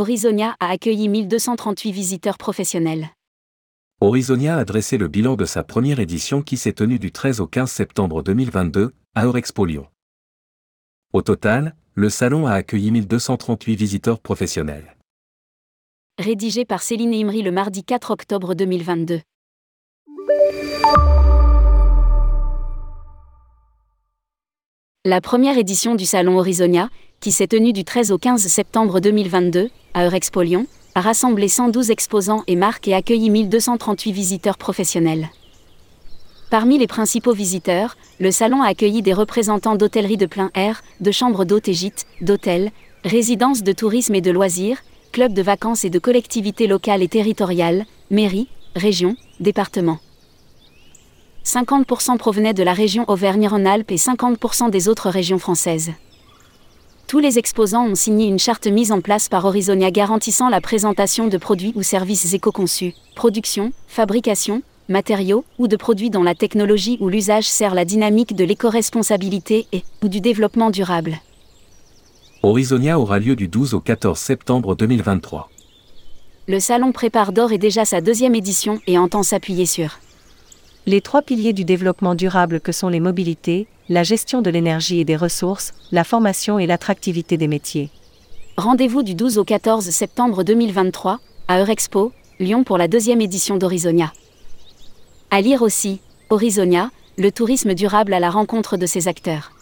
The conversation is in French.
Horizonia a accueilli 1238 visiteurs professionnels. Horizonia a dressé le bilan de sa première édition qui s'est tenue du 13 au 15 septembre 2022, à Eurexpo Lyon. Au total, le salon a accueilli 1238 visiteurs professionnels. Rédigé par Céline Imri le mardi 4 octobre 2022. La première édition du salon Horizonia, qui s'est tenue du 13 au 15 septembre 2022, à Eurexpo Lyon, a rassemblé 112 exposants et marques et accueilli 1238 visiteurs professionnels. Parmi les principaux visiteurs, le salon a accueilli des représentants d'hôtellerie de plein air, de chambres d'hôtes et gîtes, d'hôtels, résidences de tourisme et de loisirs, clubs de vacances et de collectivités locales et territoriales, mairies, régions, départements. 50% provenaient de la région Auvergne-Rhône-Alpes et 50% des autres régions françaises. Tous les exposants ont signé une charte mise en place par Horizonia garantissant la présentation de produits ou services éco-conçus, production, fabrication, matériaux ou de produits dont la technologie ou l'usage sert la dynamique de l'éco-responsabilité et ou du développement durable. Horizonia aura lieu du 12 au 14 septembre 2023. Le salon prépare d'ores et déjà sa deuxième édition et entend s'appuyer sur les 3 piliers du développement durable que sont les mobilités, la gestion de l'énergie et des ressources, la formation et l'attractivité des métiers. Rendez-vous du 12 au 14 septembre 2023, à Eurexpo, Lyon pour la deuxième édition d'Horizonia. À lire aussi, Horizonia, le tourisme durable à la rencontre de ses acteurs.